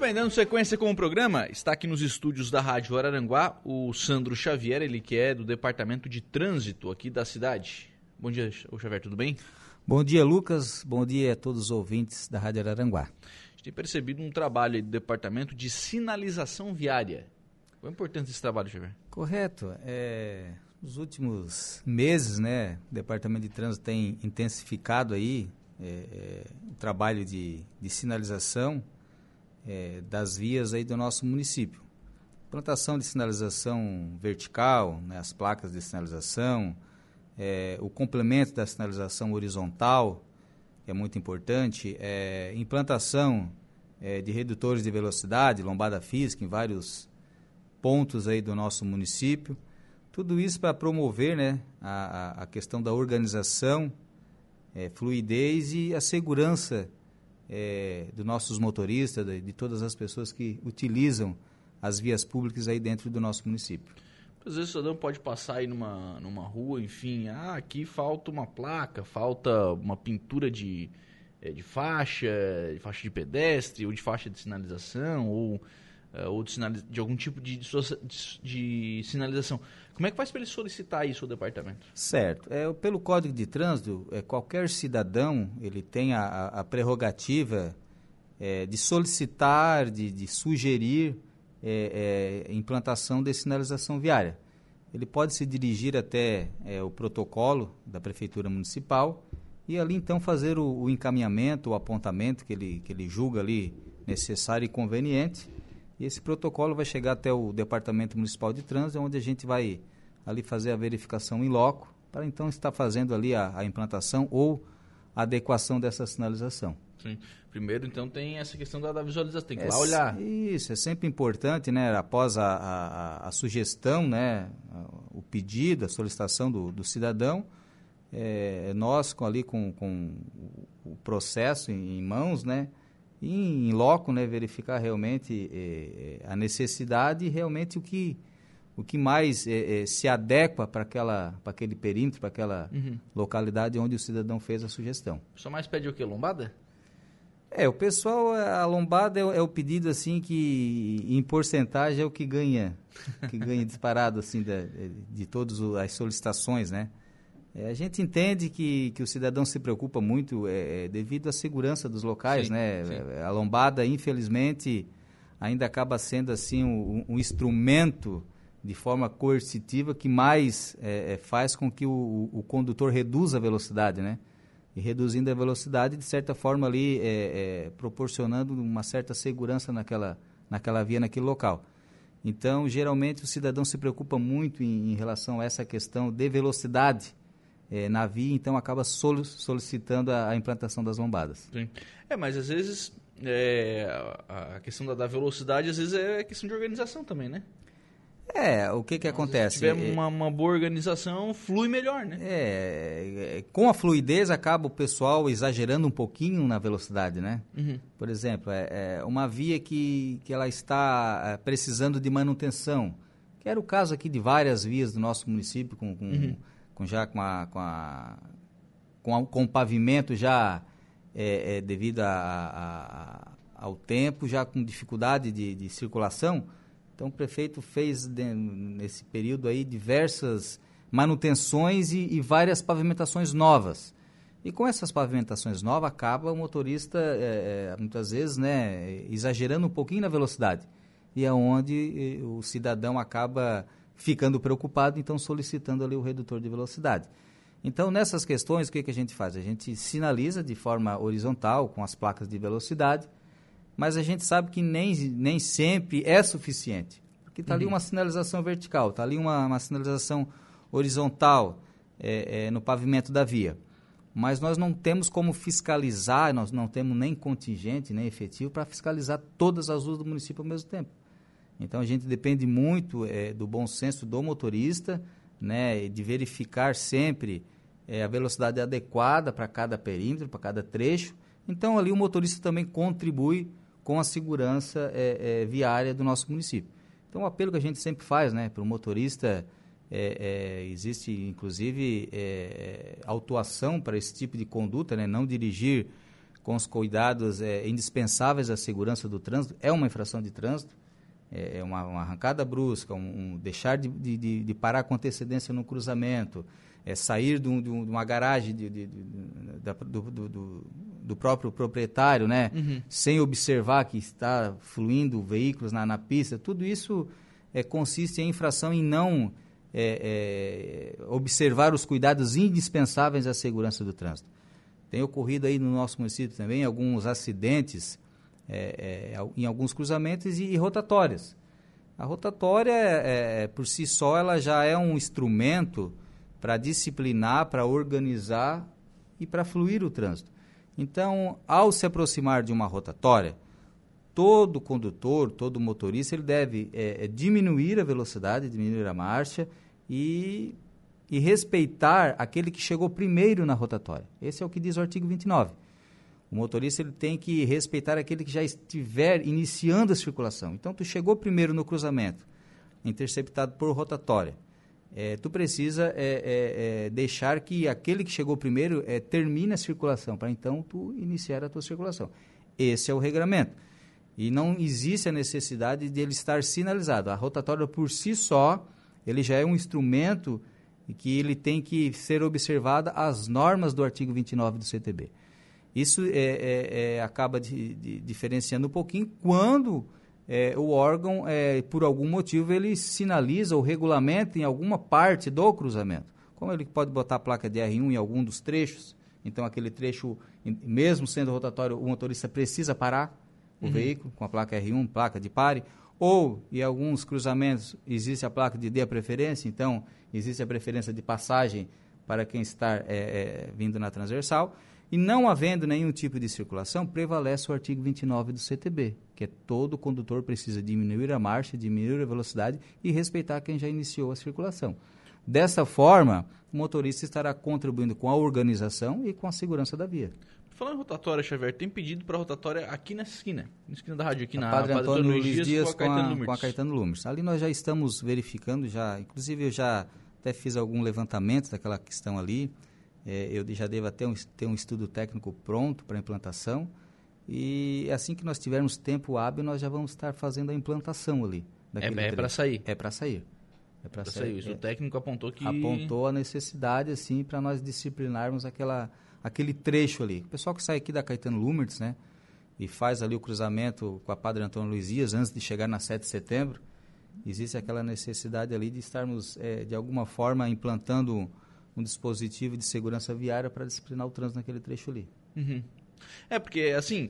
bem, dando sequência com o programa, está aqui nos estúdios da Rádio Araranguá o Sandro Xavier, ele que é do Departamento de Trânsito aqui da cidade. Bom dia, Xavier, tudo bem? Bom dia, Lucas. Bom dia a todos os ouvintes da Rádio Araranguá. A gente tem percebido um trabalho aí do Departamento de Sinalização Viária. Qual a importância desse trabalho, Xavier? Correto. Nos últimos meses, né, o Departamento de Trânsito tem intensificado aí o trabalho de sinalização das vias aí do nosso município. Implantação de sinalização vertical, né, as placas de sinalização, o complemento da sinalização horizontal, que é muito importante, implantação de redutores de velocidade, lombada física em vários pontos aí do nosso município. Tudo isso para promover, né, a questão da organização, fluidez e a segurança dos nossos motoristas, de todas as pessoas que utilizam as vias públicas aí dentro do nosso município. Às vezes o cidadão pode passar aí numa rua, enfim, aqui falta uma placa, falta uma pintura de faixa de pedestre, ou de faixa de sinalização, ou de algum tipo de sinalização. Como é que faz para ele solicitar isso ao departamento? Certo. Pelo Código de Trânsito, qualquer cidadão ele tem a prerrogativa de solicitar, de sugerir implantação de sinalização viária. Ele pode se dirigir até o protocolo da Prefeitura Municipal e ali então fazer o encaminhamento, o apontamento que ele julga ali necessário e conveniente. E esse protocolo vai chegar até o Departamento Municipal de Trânsito, onde a gente vai ali fazer a verificação em loco, para então estar fazendo ali a implantação ou a adequação dessa sinalização. Sim. Primeiro, então, tem essa questão da visualização, tem que ir lá olhar. Isso, é sempre importante, né, após a sugestão, né, o pedido, a solicitação do cidadão, nós ali com o processo em mãos, né, e em loco, né, verificar realmente a necessidade e realmente o que mais se adequa para aquele perímetro, para aquela localidade onde o cidadão fez a sugestão. O pessoal mais pede o quê? Lombada? O pessoal, a lombada é o pedido assim que em porcentagem é o que ganha disparado assim de todas as solicitações, né? A gente entende que o cidadão se preocupa muito devido à segurança dos locais, sim, né? Sim. A lombada, infelizmente, ainda acaba sendo assim um instrumento de forma coercitiva que mais faz com que o condutor reduza a velocidade, né? E reduzindo a velocidade, de certa forma ali proporcionando uma certa segurança naquela via, naquele local. Então, geralmente o cidadão se preocupa muito em relação a essa questão de velocidade na via, então acaba solicitando a implantação das lombadas. Sim. Mas às vezes a questão da velocidade às vezes é questão de organização também, né? O que acontece? Se tiver uma boa organização, flui melhor, né? Com a fluidez acaba o pessoal exagerando um pouquinho na velocidade, né? Uhum. Por exemplo, uma via que ela está precisando de manutenção, que era o caso aqui de várias vias do nosso município, com o pavimento já devido ao tempo, já com dificuldade de circulação. Então, o prefeito fez, nesse período aí, diversas manutenções e várias pavimentações novas. E com essas pavimentações novas, acaba o motorista, muitas vezes, né, exagerando um pouquinho na velocidade. E é onde o cidadão acaba ficando preocupado, então solicitando ali o redutor de velocidade. Então, nessas questões, o que a gente faz? A gente sinaliza de forma horizontal, com as placas de velocidade, mas a gente sabe que nem sempre é suficiente, porque está ali uma sinalização vertical, está ali uma sinalização horizontal no pavimento da via. Mas nós não temos como fiscalizar, nós não temos nem contingente, nem efetivo para fiscalizar todas as ruas do município ao mesmo tempo. Então a gente depende muito do bom senso do motorista, né, de verificar sempre a velocidade adequada para cada perímetro, para cada trecho. Então ali o motorista também contribui com a segurança viária do nosso município. Então o apelo que a gente sempre faz, né, para o motorista, existe inclusive autuação para esse tipo de conduta, né, não dirigir com os cuidados indispensáveis à segurança do trânsito, é uma infração de trânsito, é uma arrancada brusca, deixar de parar com antecedência no cruzamento, sair de uma garagem do próprio proprietário, né? Sem observar que está fluindo veículos na pista, tudo isso consiste em infração em não observar os cuidados indispensáveis à segurança do trânsito. Tem ocorrido aí no nosso município também alguns acidentes em alguns cruzamentos e rotatórias. A rotatória, por si só, ela já é um instrumento para disciplinar, para organizar e para fluir o trânsito. Então, ao se aproximar de uma rotatória, todo condutor, todo motorista, ele deve diminuir a velocidade, diminuir a marcha e respeitar aquele que chegou primeiro na rotatória. Esse é o que diz o artigo 29. O motorista ele tem que respeitar aquele que já estiver iniciando a circulação. Então, tu chegou primeiro no cruzamento, interceptado por rotatória. Tu precisa deixar que aquele que chegou primeiro termine a circulação, para então tu iniciar a tua circulação. Esse é o regramento. E não existe a necessidade de ele estar sinalizado. A rotatória por si só, ele já é um instrumento que ele tem que ser observada as normas do artigo 29 do CTB. Isso acaba diferenciando um pouquinho quando o órgão, por algum motivo, ele sinaliza ou regulamenta em alguma parte do cruzamento. Como ele pode botar a placa de R1 em algum dos trechos, então aquele trecho, mesmo sendo rotatório, o motorista precisa parar o veículo com a placa R1, placa de pare, ou em alguns cruzamentos existe a placa de dê a preferência, então existe a preferência de passagem para quem está vindo na transversal. E não havendo nenhum tipo de circulação, prevalece o artigo 29 do CTB, que todo condutor precisa diminuir a marcha, diminuir a velocidade e respeitar quem já iniciou a circulação. Dessa forma, o motorista estará contribuindo com a organização e com a segurança da via. Falando em rotatória, Xavier, tem pedido para rotatória aqui na esquina da rádio, aqui na Padre Antônio Luiz Dias com a Caetano Lumers. Ali nós já estamos verificando, inclusive eu já até fiz algum levantamento daquela questão ali. Eu já devo até ter um estudo técnico pronto para implantação e assim que nós tivermos tempo hábil, nós já vamos estar fazendo a implantação ali. É para sair? É para sair. É para sair. O estudo técnico apontou que... Apontou a necessidade, assim, para nós disciplinarmos aquele trecho ali. O pessoal que sai aqui da Caetano Lumers, né, e faz ali o cruzamento com a Padre Antônio Luiz Dias, antes de chegar na 7 de setembro, existe aquela necessidade ali de estarmos, de alguma forma, implantando um dispositivo de segurança viária para disciplinar o trânsito naquele trecho ali. Porque, assim,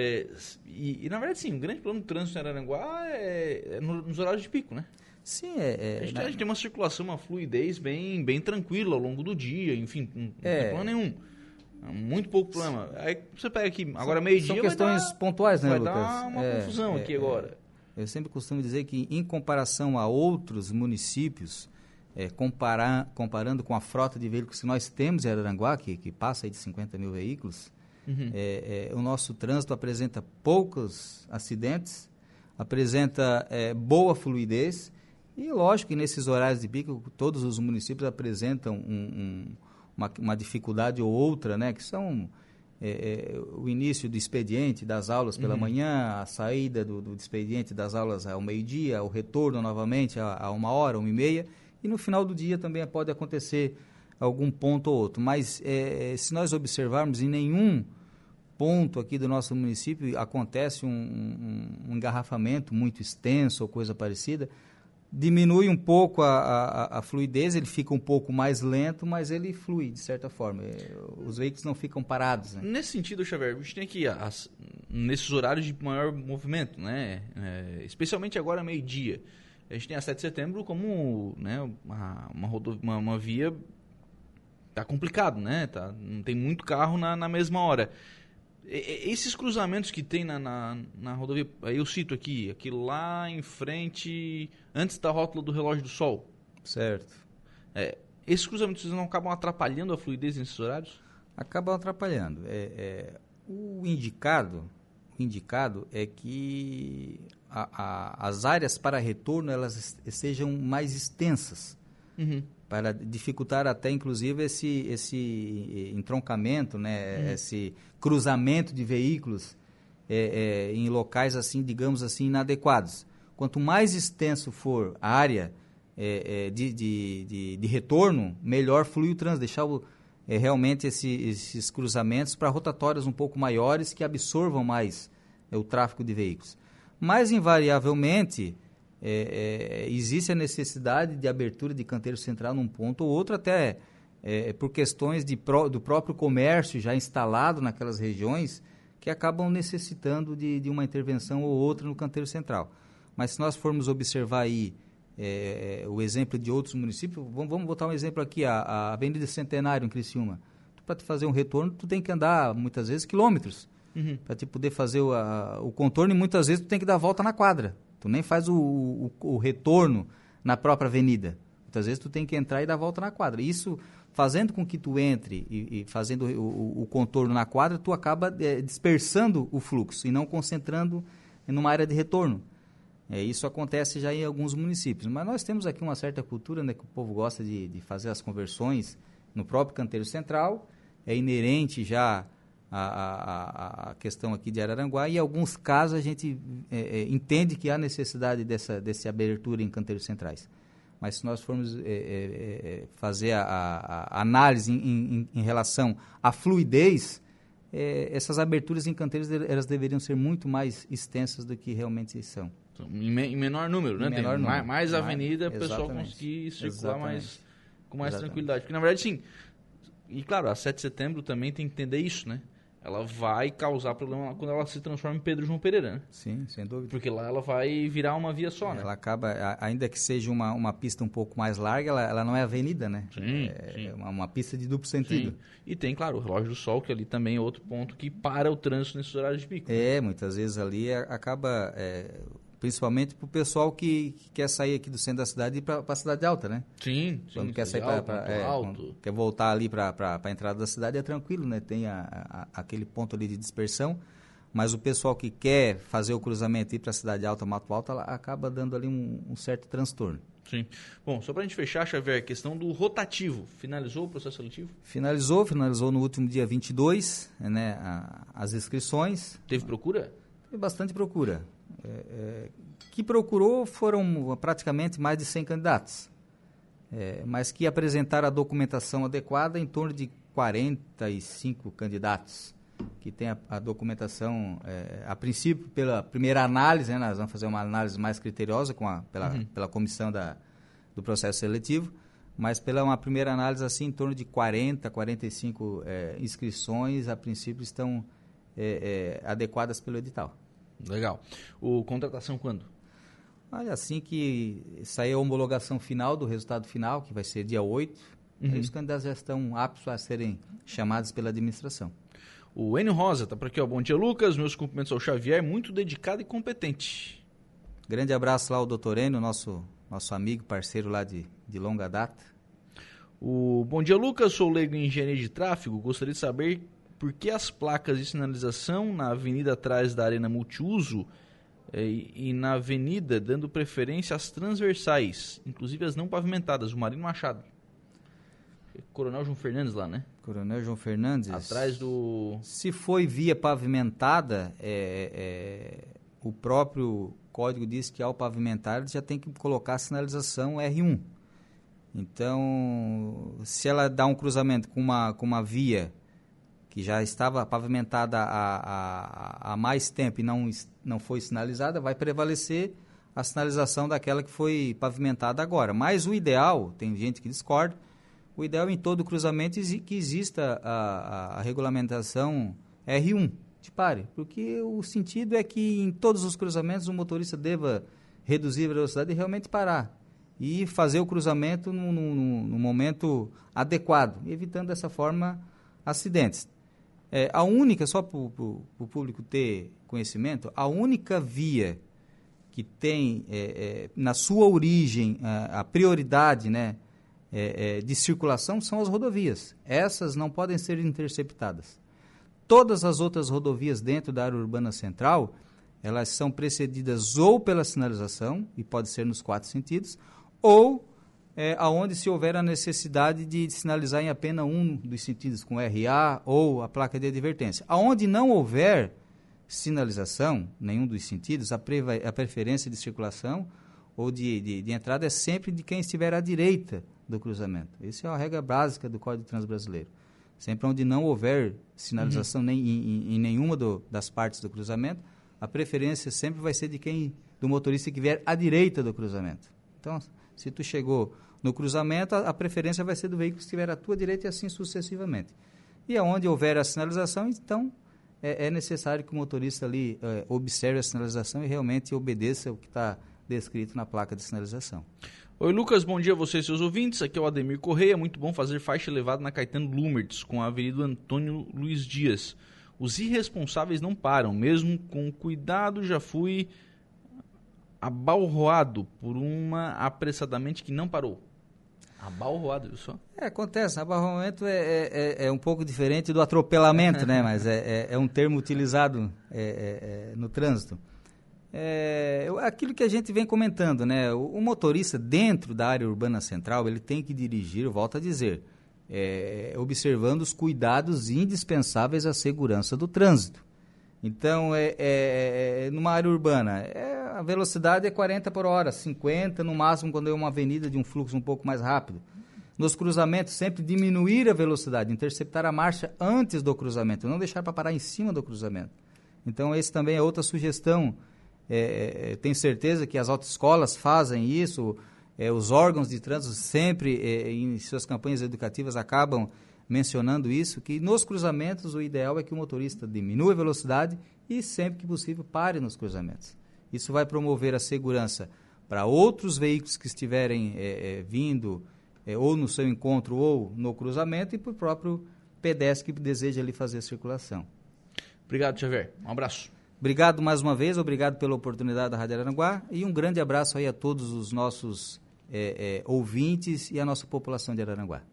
e na verdade, sim, o grande problema do trânsito em Araranguá é nos horários de pico, né? Sim, a gente tem uma circulação, uma fluidez bem tranquila ao longo do dia, enfim, não tem problema nenhum. Muito pouco problema. Aí você pega aqui, agora meio-dia, são questões pontuais, né, Lucas? Vai dar uma confusão aqui agora. Eu sempre costumo dizer que, em comparação a outros municípios, comparando com a frota de veículos que nós temos em Araranguá, que passa aí de 50 mil veículos, o nosso trânsito apresenta poucos acidentes, apresenta boa fluidez, e lógico que nesses horários de pico todos os municípios apresentam uma dificuldade ou outra, né, que são o início do expediente das aulas pela manhã, a saída do expediente das aulas ao meio-dia, o retorno novamente a 1h, 1h30, e no final do dia também pode acontecer algum ponto ou outro. Mas se nós observarmos, em nenhum ponto aqui do nosso município acontece um engarrafamento muito extenso ou coisa parecida. Diminui um pouco a fluidez, ele fica um pouco mais lento, mas ele flui de certa forma. Os veículos não ficam parados, né? Nesse sentido, Xavier, a gente tem aqui nesses horários de maior movimento, né? Especialmente agora meio-dia. A gente tem a 7 de setembro como, né, uma via... Tá complicado, né? Não tem muito carro na mesma hora. Esses cruzamentos que tem na rodovia, eu cito aqui lá em frente, antes da rótula do Relógio do Sol. Certo. Esses cruzamentos não acabam atrapalhando a fluidez nesses horários? Acabam atrapalhando. O indicado é que as áreas para retorno elas sejam mais extensas. para dificultar até, inclusive, esse entroncamento, né, esse cruzamento de veículos em locais, assim, digamos assim, inadequados. Quanto mais extenso for a área de retorno, melhor flui o trânsito, deixar realmente esses cruzamentos para rotatórias um pouco maiores que absorvam mais o tráfego de veículos. Mas, invariavelmente, existe a necessidade de abertura de canteiro central num ponto ou outro, até por questões do próprio comércio já instalado naquelas regiões, que acabam necessitando de uma intervenção ou outra no canteiro central. Mas se nós formos observar aí o exemplo de outros municípios, vamos botar um exemplo aqui, a Avenida Centenário em Criciúma. Para te fazer um retorno, tu tem que andar muitas vezes quilômetros para te poder fazer o contorno, e muitas vezes tu tem que dar a volta na quadra. Tu nem faz o retorno na própria avenida. Muitas vezes tu tem que entrar e dar a volta na quadra. Isso, fazendo com que tu entre e fazendo o contorno na quadra, tu acaba dispersando o fluxo e não concentrando numa área de retorno. Isso acontece já em alguns municípios. Mas nós temos aqui uma certa cultura, né, que o povo gosta de fazer as conversões no próprio canteiro central. É inerente já a questão aqui de Araranguá, e em alguns casos a gente entende que há necessidade dessa abertura em canteiros centrais. Mas se nós formos fazer a análise em relação à fluidez, essas aberturas em canteiros elas deveriam ser muito mais extensas do que realmente são. Em menor número, né? Menor número. Mais avenida, o pessoal conseguir circular com mais tranquilidade. Porque, na verdade, sim, e claro, a 7 de setembro também tem que entender isso, né? Ela vai causar problema quando ela se transforma em Pedro João Pereira, né? Sim, sem dúvida. Porque lá ela vai virar uma via só, né? Ela acaba, ainda que seja uma pista um pouco mais larga, ela não é avenida, né? Sim, sim. Uma pista de duplo sentido. Sim. E tem, claro, o relógio do sol, que ali também é outro ponto que para o trânsito nesses horários de pico. Muitas vezes ali acaba, principalmente para o pessoal que quer sair aqui do centro da cidade e ir para a cidade alta, né? Sim. Quando quer sair alto. Quer voltar ali para a entrada da cidade, é tranquilo, né? Tem aquele ponto ali de dispersão, mas o pessoal que quer fazer o cruzamento e ir para a cidade alta, Mato Alto, ela acaba dando ali um certo transtorno. Sim. Bom, só para a gente fechar, Xavier, a questão do rotativo. Finalizou o processo seletivo? Finalizou no último dia 22, né, as inscrições. Teve procura? Teve bastante procura. Que procurou foram praticamente mais de 100 candidatos, mas que apresentaram a documentação adequada em torno de 45 candidatos, que tem a documentação, a princípio, pela primeira análise, né, nós vamos fazer uma análise mais criteriosa pela comissão do processo seletivo, mas pela uma primeira análise, assim, em torno de 40, 45 inscrições, a princípio, estão adequadas pelo edital. Legal. Contratação quando? Olha, assim que sair a homologação final do resultado final, que vai ser dia 8, aí os candidatos já estão aptos a serem chamados pela administração. O Enio Rosa está por aqui, ó. Bom dia, Lucas. Meus cumprimentos ao Xavier, muito dedicado e competente. Grande abraço lá ao doutor Enio, nosso amigo, parceiro lá de longa data. Bom dia, Lucas. Sou leigo em engenharia de tráfego. Gostaria de saber por que as placas de sinalização na avenida atrás da Arena Multiuso e na avenida dando preferência às transversais, inclusive as não pavimentadas, o Marino Machado. Coronel João Fernandes lá, né? Coronel João Fernandes. Atrás do... Se foi via pavimentada, o próprio código diz que ao pavimentar já tem que colocar a sinalização R1. Então, se ela dá um cruzamento com uma via que já estava pavimentada há mais tempo e não foi sinalizada, vai prevalecer a sinalização daquela que foi pavimentada agora. Mas o ideal, tem gente que discorda, o ideal em todo cruzamento é que exista a regulamentação R1 de pare, porque o sentido é que em todos os cruzamentos o motorista deva reduzir a velocidade e realmente parar e fazer o cruzamento no momento adequado, evitando dessa forma acidentes. A única, só para o público ter conhecimento, a única via que tem na sua origem a prioridade, né, de circulação são as rodovias. Essas não podem ser interceptadas. Todas as outras rodovias dentro da área urbana central, elas são precedidas ou pela sinalização, e pode ser nos 4 sentidos, ou aonde se houver a necessidade de sinalizar em apenas um dos sentidos, com RA ou a placa de advertência. Aonde não houver sinalização, nenhum dos sentidos, a preferência de circulação ou de entrada é sempre de quem estiver à direita do cruzamento. Essa é a regra básica do Código de Trânsito Brasileiro. Sempre onde não houver sinalização em nenhuma das partes do cruzamento, a preferência sempre vai ser do motorista que vier à direita do cruzamento. Então, se tu chegou no cruzamento, a preferência vai ser do veículo que estiver à tua direita e assim sucessivamente. E aonde houver a sinalização, então, é necessário que o motorista ali observe a sinalização e realmente obedeça o que está descrito na placa de sinalização. Oi, Lucas, bom dia a você e seus ouvintes. Aqui é o Ademir Correia. Muito bom fazer faixa elevada na Caetano Lumertz, com a Avenida Antônio Luiz Dias. Os irresponsáveis não param, mesmo com cuidado já fui abalroado por uma apressadamente que não parou. Abalroado, viu só? Acontece, abalroamento é um pouco diferente do atropelamento, né? Mas é um termo utilizado no trânsito. Aquilo que a gente vem comentando, né? O motorista dentro da área urbana central, ele tem que dirigir, eu volto a dizer, observando os cuidados indispensáveis à segurança do trânsito. Então, numa área urbana, a velocidade é 40 por hora, 50 no máximo quando é uma avenida de um fluxo um pouco mais rápido. Nos cruzamentos, sempre diminuir a velocidade, interceptar a marcha antes do cruzamento, não deixar para parar em cima do cruzamento. Então, esse também é outra sugestão. Tenho certeza que as autoescolas fazem isso, os órgãos de trânsito sempre, em suas campanhas educativas, acabam mencionando isso, que nos cruzamentos o ideal é que o motorista diminua a velocidade e, sempre que possível, pare nos cruzamentos. Isso vai promover a segurança para outros veículos que estiverem vindo ou no seu encontro ou no cruzamento e para o próprio pedestre que deseja ali fazer a circulação. Obrigado, Xavier. Um abraço. Obrigado mais uma vez, obrigado pela oportunidade da Rádio Araranguá e um grande abraço aí a todos os nossos ouvintes e a nossa população de Araranguá.